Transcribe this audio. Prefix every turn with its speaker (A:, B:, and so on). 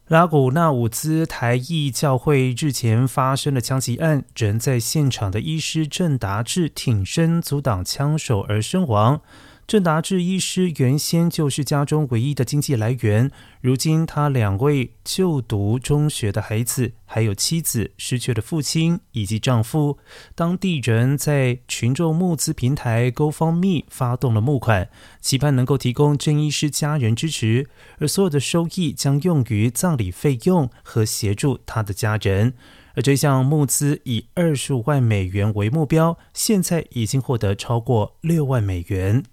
A: 拉古纳伍兹台裔教会日前发生了枪击案，人在现场的医师郑达志挺身阻挡枪手而身亡。郑达志医师原先就是家中唯一的经济来源，如今他2位就读中学的孩子，还有妻子失去了父亲以及丈夫。当地人在群众募资平台 GoFundMe 发动了募款，期盼能够提供郑医师家人支持，而所有的收益将用于葬礼费用和协助他的家人。而这项募资以25万美元为目标，现在已经获得超过6万美元。